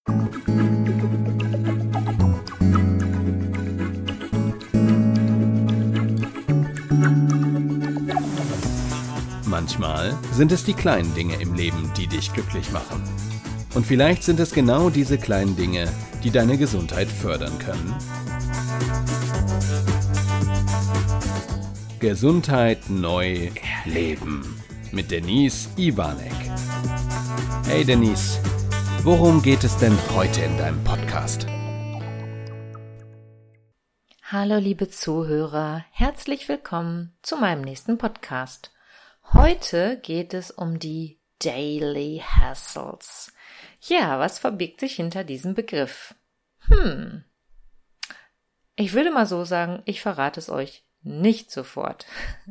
Manchmal sind es die kleinen Dinge im Leben, die dich glücklich machen. Und vielleicht sind es genau diese kleinen Dinge, die deine Gesundheit fördern können. Gesundheit neu erleben mit Denise Iwanek. Hey Denise, worum geht es denn heute in deinem Podcast? Hallo liebe Zuhörer, herzlich willkommen zu meinem nächsten Podcast. Heute geht es um die Daily Hassles. Ja, was verbirgt sich hinter diesem Begriff? Ich würde mal so sagen, ich verrate es euch nicht sofort.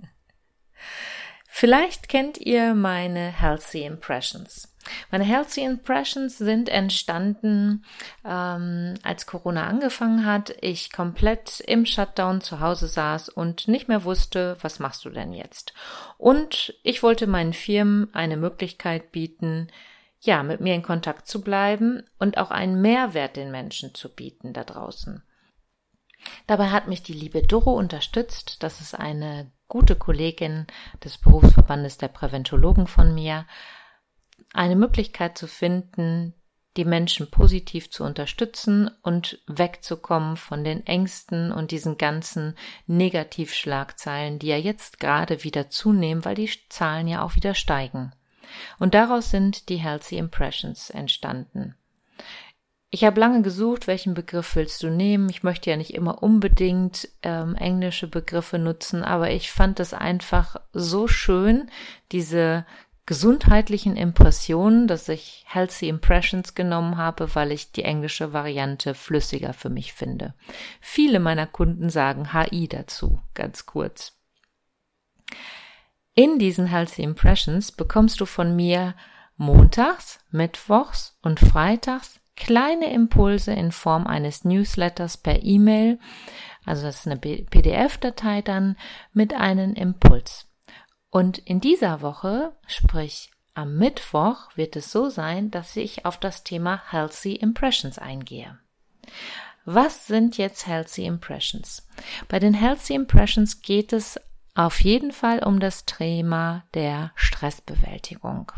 Vielleicht kennt ihr meine Healthy Impressions. Meine Healthy Impressions sind entstanden, als Corona angefangen hat, ich komplett im Shutdown zu Hause saß und nicht mehr wusste, was machst du denn jetzt? Und ich wollte meinen Firmen eine Möglichkeit bieten, ja, mit mir in Kontakt zu bleiben und auch einen Mehrwert den Menschen zu bieten da draußen. Dabei hat mich die liebe Doro unterstützt. Das ist eine gute Kollegin des Berufsverbandes der Präventologen von mir, eine Möglichkeit zu finden, die Menschen positiv zu unterstützen und wegzukommen von den Ängsten und diesen ganzen Negativschlagzeilen, die ja jetzt gerade wieder zunehmen, weil die Zahlen ja auch wieder steigen. Und daraus sind die Healthy Impressions entstanden. Ich habe lange gesucht, welchen Begriff willst du nehmen? Ich möchte ja nicht immer unbedingt englische Begriffe nutzen, aber ich fand es einfach so schön, diese gesundheitlichen Impressionen, dass ich Healthy Impressions genommen habe, weil ich die englische Variante flüssiger für mich finde. Viele meiner Kunden sagen HI dazu, ganz kurz. In diesen Healthy Impressions bekommst du von mir montags, mittwochs und freitags kleine Impulse in Form eines Newsletters per E-Mail, also das ist eine PDF-Datei dann mit einem Impuls. Und in dieser Woche, sprich am Mittwoch, wird es so sein, dass ich auf das Thema Healthy Impressions eingehe. Was sind jetzt Healthy Impressions? Bei den Healthy Impressions geht es auf jeden Fall um das Thema der Stressbewältigung.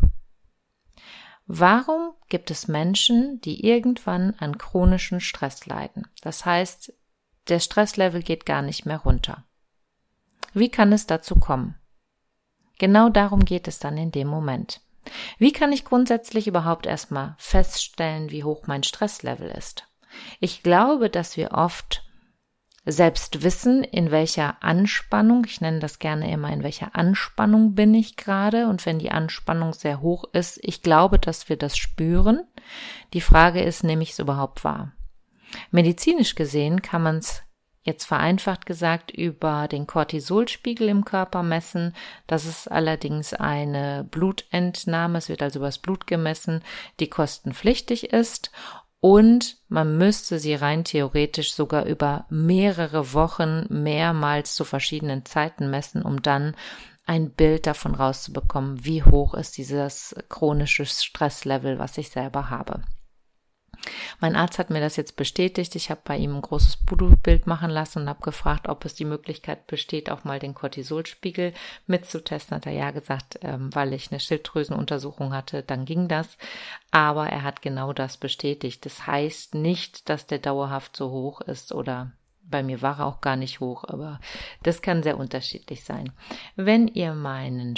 Warum gibt es Menschen, die irgendwann an chronischen Stress leiden? Das heißt, der Stresslevel geht gar nicht mehr runter. Wie kann es dazu kommen? Genau darum geht es dann in dem Moment. Wie kann ich grundsätzlich überhaupt erstmal feststellen, wie hoch mein Stresslevel ist? Ich glaube, dass wir oft selbst wissen, in welcher Anspannung, ich nenne das gerne immer, in welcher Anspannung bin ich gerade, und wenn die Anspannung sehr hoch ist, ich glaube, dass wir das spüren. Die Frage ist, nehme ich es überhaupt wahr? Medizinisch gesehen kann man es jetzt vereinfacht gesagt über den Cortisolspiegel im Körper messen. Das ist allerdings eine Blutentnahme, es wird also übers Blut gemessen, die kostenpflichtig ist. Und man müsste sie rein theoretisch sogar über mehrere Wochen mehrmals zu verschiedenen Zeiten messen, um dann ein Bild davon rauszubekommen, wie hoch ist dieses chronische Stresslevel, was ich selber habe. Mein Arzt hat mir das jetzt bestätigt. Ich habe bei ihm ein großes Blutbild machen lassen und habe gefragt, ob es die Möglichkeit besteht, auch mal den Cortisolspiegel mitzutesten. Hat er ja gesagt, weil ich eine Schilddrüsenuntersuchung hatte, dann ging das. Aber er hat genau das bestätigt. Das heißt nicht, dass der dauerhaft so hoch ist, oder bei mir war er auch gar nicht hoch, aber das kann sehr unterschiedlich sein. Wenn ihr meinen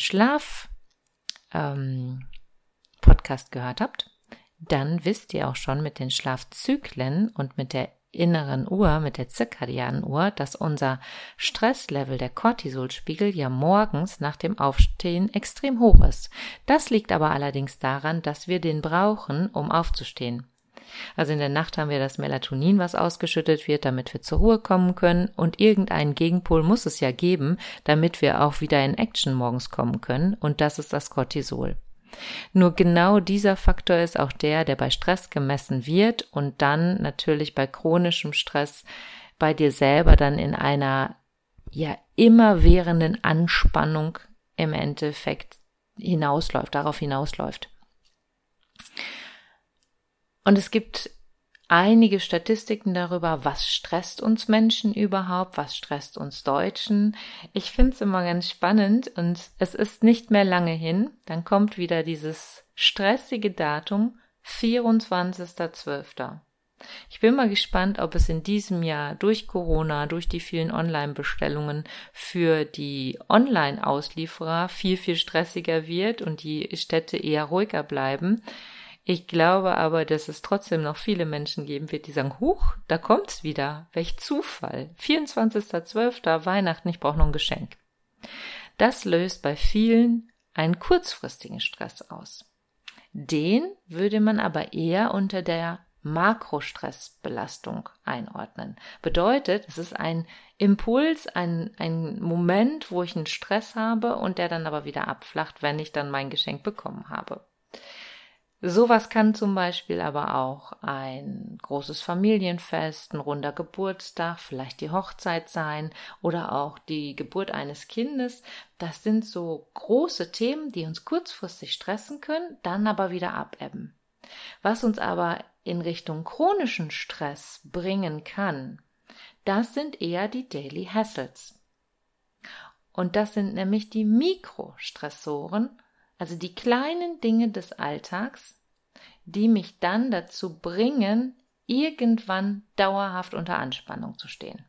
Schlaf-Podcast gehört habt, dann wisst ihr auch schon mit den Schlafzyklen und mit der inneren Uhr, mit der zirkadianen Uhr, dass unser Stresslevel, der Cortisolspiegel, ja morgens nach dem Aufstehen extrem hoch ist. Das liegt aber allerdings daran, dass wir den brauchen, um aufzustehen. Also in der Nacht haben wir das Melatonin, was ausgeschüttet wird, damit wir zur Ruhe kommen können, und irgendeinen Gegenpol muss es ja geben, damit wir auch wieder in Action morgens kommen können, und das ist das Cortisol. Nur genau dieser Faktor ist auch der bei Stress gemessen wird und dann natürlich bei chronischem Stress bei dir selber dann in einer ja immerwährenden Anspannung im Endeffekt darauf hinausläuft. Und es gibt einige Statistiken darüber, was stresst uns Menschen überhaupt, was stresst uns Deutschen. Ich finde es immer ganz spannend und es ist nicht mehr lange hin, dann kommt wieder dieses stressige Datum, 24.12. Ich bin mal gespannt, ob es in diesem Jahr durch Corona, durch die vielen Online-Bestellungen für die Online-Auslieferer viel, viel stressiger wird und die Städte eher ruhiger bleiben. Ich glaube aber, dass es trotzdem noch viele Menschen geben wird, die sagen, huch, da kommt's wieder. Welch Zufall. 24.12. Weihnachten, ich brauche noch ein Geschenk. Das löst bei vielen einen kurzfristigen Stress aus. Den würde man aber eher unter der Makrostressbelastung einordnen. Bedeutet, es ist ein Impuls, ein Moment, wo ich einen Stress habe und der dann aber wieder abflacht, wenn ich dann mein Geschenk bekommen habe. Sowas kann zum Beispiel aber auch ein großes Familienfest, ein runder Geburtstag, vielleicht die Hochzeit sein oder auch die Geburt eines Kindes. Das sind so große Themen, die uns kurzfristig stressen können, dann aber wieder abebben. Was uns aber in Richtung chronischen Stress bringen kann, das sind eher die Daily Hassles. Und das sind nämlich die Mikrostressoren, also die kleinen Dinge des Alltags, die mich dann dazu bringen, irgendwann dauerhaft unter Anspannung zu stehen.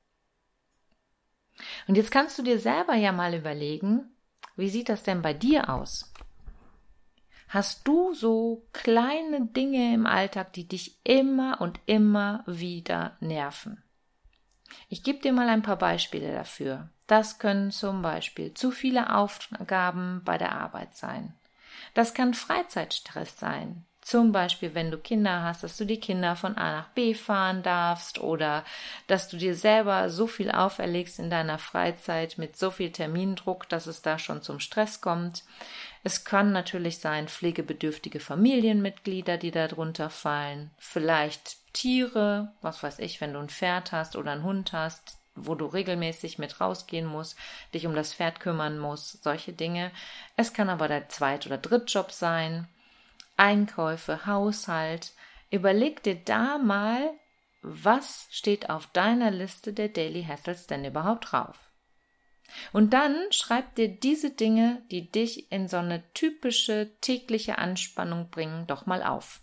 Und jetzt kannst du dir selber ja mal überlegen, wie sieht das denn bei dir aus? Hast du so kleine Dinge im Alltag, die dich immer und immer wieder nerven? Ich gebe dir mal ein paar Beispiele dafür. Das können zum Beispiel zu viele Aufgaben bei der Arbeit sein. Das kann Freizeitstress sein. Zum Beispiel, wenn du Kinder hast, dass du die Kinder von A nach B fahren darfst oder dass du dir selber so viel auferlegst in deiner Freizeit mit so viel Termindruck, dass es da schon zum Stress kommt. Es kann natürlich sein, pflegebedürftige Familienmitglieder, die da drunter fallen. Vielleicht Tiere, was weiß ich, wenn du ein Pferd hast oder einen Hund hast, wo du regelmäßig mit rausgehen musst, dich um das Pferd kümmern musst, solche Dinge. Es kann aber der Zweit- oder Drittjob sein, Einkäufe, Haushalt. Überleg dir da mal, was steht auf deiner Liste der Daily Hassles denn überhaupt drauf? Und dann schreib dir diese Dinge, die dich in so eine typische tägliche Anspannung bringen, doch mal auf.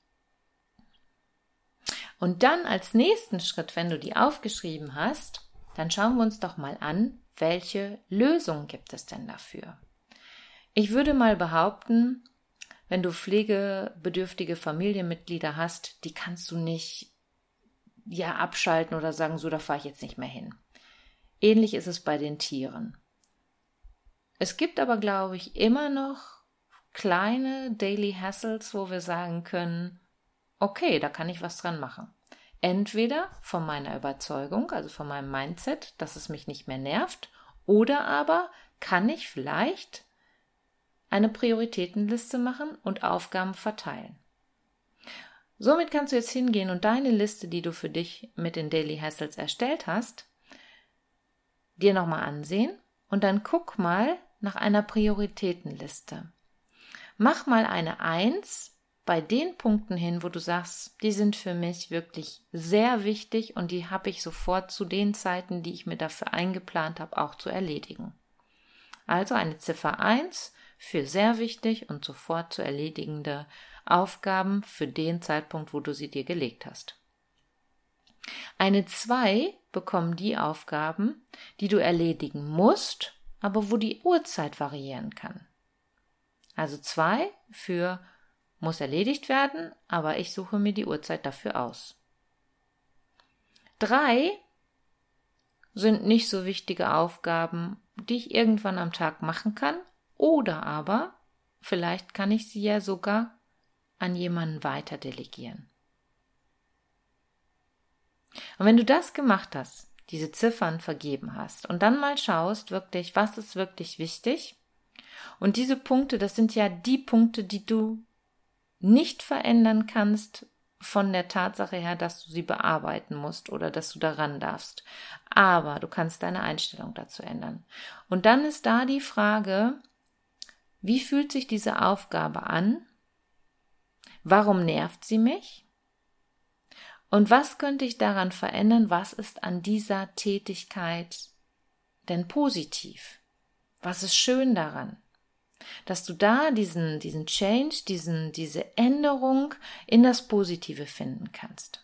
Und dann als nächsten Schritt, wenn du die aufgeschrieben hast, dann schauen wir uns doch mal an, welche Lösung gibt es denn dafür? Ich würde mal behaupten, wenn du pflegebedürftige Familienmitglieder hast, die kannst du nicht abschalten oder sagen, so, da fahre ich jetzt nicht mehr hin. Ähnlich ist es bei den Tieren. Es gibt aber, glaube ich, immer noch kleine Daily Hassles, wo wir sagen können, okay, da kann ich was dran machen. Entweder von meiner Überzeugung, also von meinem Mindset, dass es mich nicht mehr nervt, oder aber kann ich vielleicht eine Prioritätenliste machen und Aufgaben verteilen. Somit kannst du jetzt hingehen und deine Liste, die du für dich mit den Daily Hassles erstellt hast, dir nochmal ansehen und dann guck mal nach einer Prioritätenliste. Mach mal eine 1 bei den Punkten hin, wo du sagst, die sind für mich wirklich sehr wichtig und die habe ich sofort zu den Zeiten, die ich mir dafür eingeplant habe, auch zu erledigen. Also eine Ziffer 1 für sehr wichtig und sofort zu erledigende Aufgaben für den Zeitpunkt, wo du sie dir gelegt hast. Eine 2 bekommen die Aufgaben, die du erledigen musst, aber wo die Uhrzeit variieren kann. Also 2 für muss erledigt werden, aber ich suche mir die Uhrzeit dafür aus. 3 sind nicht so wichtige Aufgaben, die ich irgendwann am Tag machen kann, oder aber vielleicht kann ich sie ja sogar an jemanden weiter delegieren. Und wenn du das gemacht hast, diese Ziffern vergeben hast und dann mal schaust wirklich, was ist wirklich wichtig, und diese Punkte, das sind ja die Punkte, die du nicht verändern kannst von der Tatsache her, dass du sie bearbeiten musst oder dass du daran darfst. Aber du kannst deine Einstellung dazu ändern. Und dann ist da die Frage, wie fühlt sich diese Aufgabe an? Warum nervt sie mich? Und was könnte ich daran verändern? Was ist an dieser Tätigkeit denn positiv? Was ist schön daran? Dass du da diesen Change, diese Änderung in das Positive finden kannst.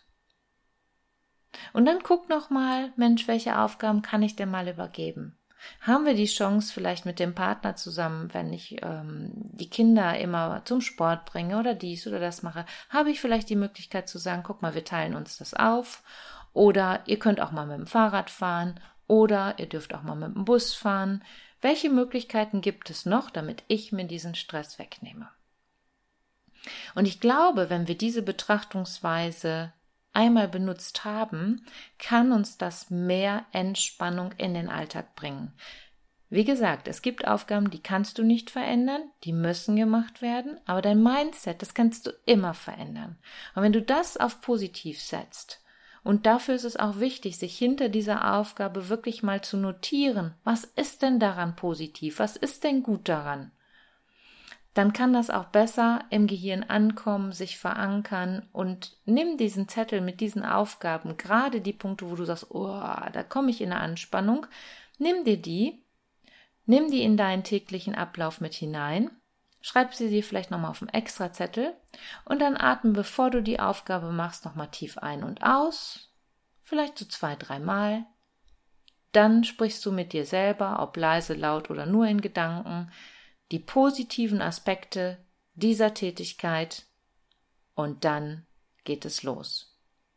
Und dann guck nochmal, Mensch, welche Aufgaben kann ich denn mal übergeben? Haben wir die Chance, vielleicht mit dem Partner zusammen, wenn ich die Kinder immer zum Sport bringe oder dies oder das mache, habe ich vielleicht die Möglichkeit zu sagen, guck mal, wir teilen uns das auf, oder ihr könnt auch mal mit dem Fahrrad fahren oder ihr dürft auch mal mit dem Bus fahren. Welche Möglichkeiten gibt es noch, damit ich mir diesen Stress wegnehme? Und ich glaube, wenn wir diese Betrachtungsweise einmal benutzt haben, kann uns das mehr Entspannung in den Alltag bringen. Wie gesagt, es gibt Aufgaben, die kannst du nicht verändern, die müssen gemacht werden, aber dein Mindset, das kannst du immer verändern. Und wenn du das auf positiv setzt, und dafür ist es auch wichtig, sich hinter dieser Aufgabe wirklich mal zu notieren, was ist denn daran positiv, was ist denn gut daran? Dann kann das auch besser im Gehirn ankommen, sich verankern, und nimm diesen Zettel mit diesen Aufgaben, gerade die Punkte, wo du sagst, oh, da komme ich in eine Anspannung, nimm die in deinen täglichen Ablauf mit hinein, schreib sie dir vielleicht nochmal auf einen Extrazettel und dann atme, bevor du die Aufgabe machst, nochmal tief ein und aus, vielleicht so 2-3 Mal. Dann sprichst du mit dir selber, ob leise, laut oder nur in Gedanken, die positiven Aspekte dieser Tätigkeit, und dann geht es los.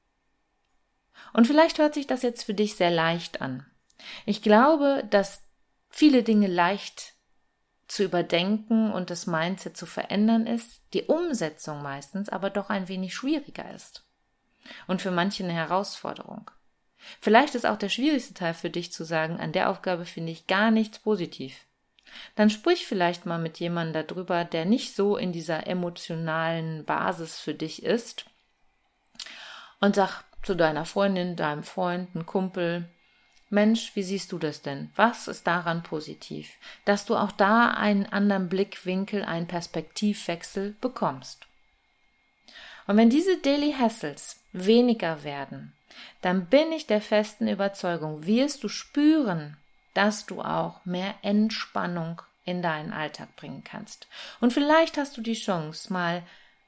Und vielleicht hört sich das jetzt für dich sehr leicht an. Ich glaube, dass viele Dinge leicht zu überdenken und das Mindset zu verändern ist, die Umsetzung meistens aber doch ein wenig schwieriger ist und für manche eine Herausforderung. Vielleicht ist auch der schwierigste Teil für dich zu sagen, an der Aufgabe finde ich gar nichts positiv. Dann sprich vielleicht mal mit jemandem darüber, der nicht so in dieser emotionalen Basis für dich ist, und sag zu deiner Freundin, deinem Freund, einem Kumpel, Mensch, wie siehst du das denn? Was ist daran positiv? Dass du auch da einen anderen Blickwinkel, einen Perspektivwechsel bekommst. Und wenn diese Daily Hassles weniger werden, dann bin ich der festen Überzeugung, wirst du spüren, dass du auch mehr Entspannung in deinen Alltag bringen kannst. Und vielleicht hast du die Chance, mal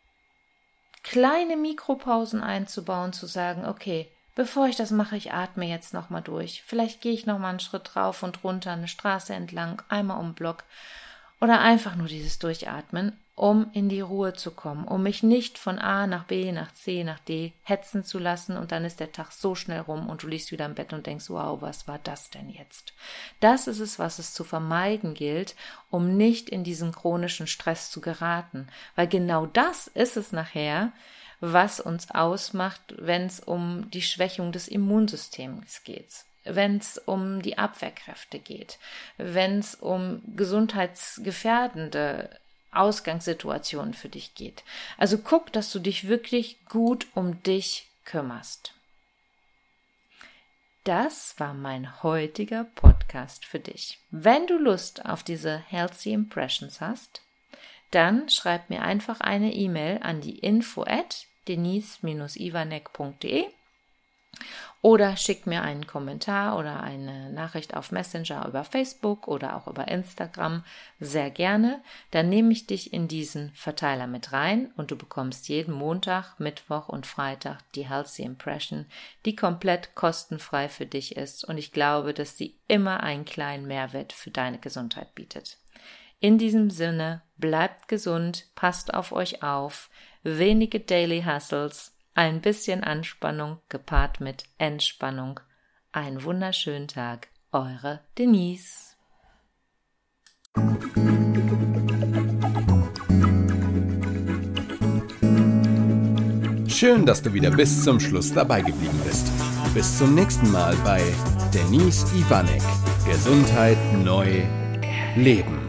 kleine Mikropausen einzubauen, zu sagen, okay, bevor ich das mache, ich atme jetzt nochmal durch. Vielleicht gehe ich nochmal einen Schritt rauf und runter, eine Straße entlang, einmal um den Block. Oder einfach nur dieses Durchatmen, um in die Ruhe zu kommen, um mich nicht von A nach B, nach C, nach D hetzen zu lassen, und dann ist der Tag so schnell rum und du liegst wieder im Bett und denkst, wow, was war das denn jetzt? Das ist es, was es zu vermeiden gilt, um nicht in diesen chronischen Stress zu geraten, weil genau das ist es nachher, was uns ausmacht, wenn es um die Schwächung des Immunsystems geht, wenn es um die Abwehrkräfte geht, wenn es um gesundheitsgefährdende Ausgangssituationen für dich geht. Also guck, dass du dich wirklich gut um dich kümmerst. Das war mein heutiger Podcast für dich. Wenn du Lust auf diese Healthy Impressions hast, dann schreib mir einfach eine E-Mail an die info@denise-iwanek.de oder schick mir einen Kommentar oder eine Nachricht auf Messenger über Facebook oder auch über Instagram, sehr gerne. Dann nehme ich dich in diesen Verteiler mit rein und du bekommst jeden Montag, Mittwoch und Freitag die Healthy Impression, die komplett kostenfrei für dich ist, und ich glaube, dass sie immer einen kleinen Mehrwert für deine Gesundheit bietet. In diesem Sinne, bleibt gesund, passt auf euch auf, wenige Daily Hustles, ein bisschen Anspannung gepaart mit Entspannung. Einen wunderschönen Tag, eure Denise. Schön, dass du wieder bis zum Schluss dabei geblieben bist. Bis zum nächsten Mal bei Denise Iwanek. Gesundheit neu leben.